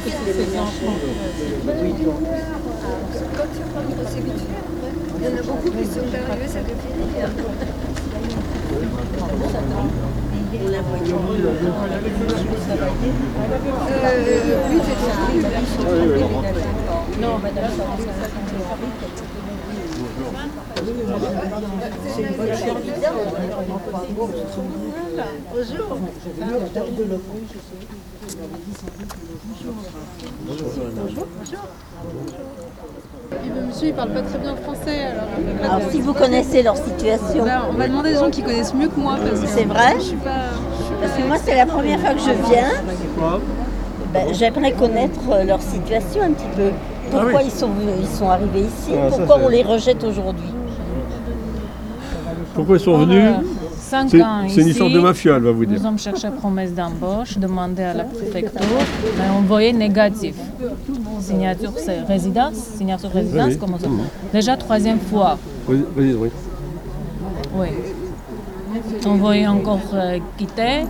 Quand tu rentres, c'est vite fait. Il y en a beaucoup qui sont arrivés, ça fait finir. Oui, c'est ça. Non, madame, c'est une bonne chose. Bonjour. Le monsieur il parle pas très bien français Alors si vous connaissez leur situation, on va demander à des gens qui connaissent mieux que moi parce que c'est vrai. je suis pas. Parce que moi c'est la première fois que je viens. J'aimerais connaître leur situation un petit peu. Pourquoi ils sont arrivés ici, pourquoi on les rejette aujourd'hui. Pourquoi ils sont venus? 5 ans C'est une histoire de mafia, elle va vous dire. Nous avons cherché promesse d'embauche, demandé à la préfecture, mais envoyé négatif. Signature résidence, Oui. comment ça? Déjà 3e fois. Oui. Oui. Envoyé encore quitté.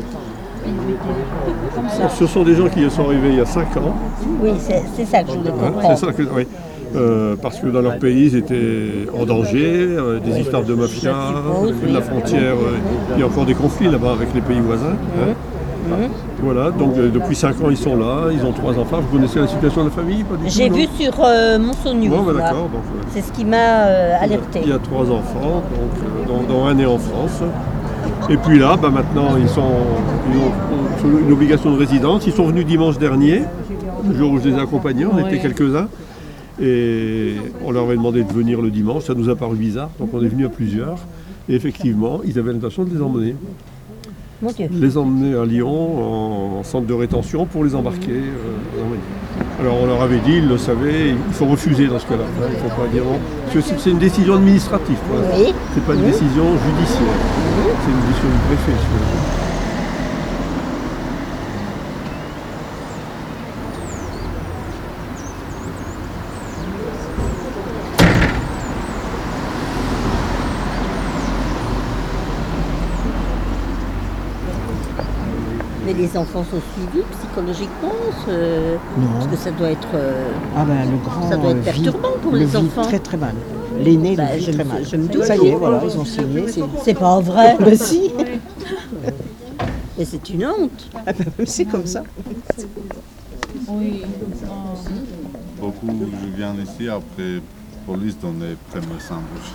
Comme ça. Ce sont des gens qui sont arrivés il y a 5 ans. Oui, c'est ça que je voulais comprendre. C'est ça que, oui. Parce que dans leur pays, ils étaient en danger, des histoires de mafia, de la frontière, il y a encore des conflits là-bas avec les pays voisins. Voilà, donc depuis 5 ans, ils sont là, ils ont 3 enfants. Vous connaissez la situation de la famille? J'ai vu sur Monsonnews. D'accord. C'est ce qui m'a alerté. Il y a 3 enfants, dont un est en France. Et puis là, maintenant, ils ont une obligation de résidence. Ils sont venus dimanche dernier, le jour où je les ai accompagnés, on était quelques-uns. Et on leur avait demandé de venir le dimanche, ça nous a paru bizarre, donc on est venu à plusieurs. Et effectivement, ils avaient l'intention de les emmener. Mon Dieu. Les emmener à Lyon, en centre de rétention, pour les embarquer. Alors on leur avait dit, ils le savaient, il faut refuser dans ce cas-là. Il ne faut pas dire non. Parce que c'est une décision administrative. Oui. C'est pas une décision judiciaire. C'est une décision du préfet. Mais les enfants sont suivis psychologiquement, parce que ça doit être, le grand ça doit être perturbant pour les enfants. Très très mal. L'aîné le vit très mal. Je me doute. Ça y est, voilà, ils ont signé. C'est pas vrai. Ben si. Mais c'est une honte. C'est comme ça. Oui. Beaucoup, je viens ici après police dans les premières embauches.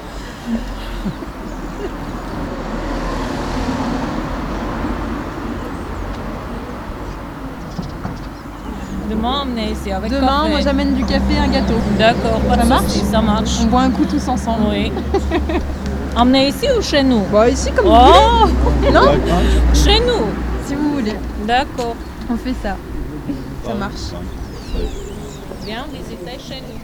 Demain, emmener ici avec Demain, café. moi j'amène du café et un gâteau. D'accord, pas de Ça marche souci, ça marche. On boit un coup tous ensemble. Oui. Emmener ici ou chez nous? Bon, ici comme vous Oh voulez. Non, Chez nous. si vous voulez. D'accord. On fait ça. Ça marche. Viens visiter chez nous.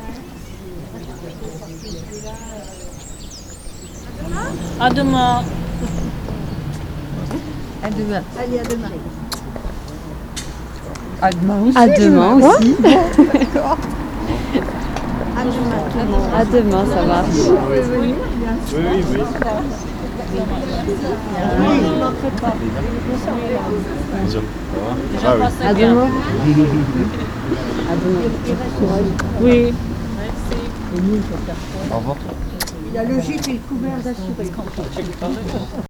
À demain. À demain. Allez, à demain. À demain aussi. À demain aussi. D'accord. À demain, ça marche. Oui. Déjà passé À bien. demain. À demain. Oui. Au revoir. Il y a le gîte et le couvert d'assuré.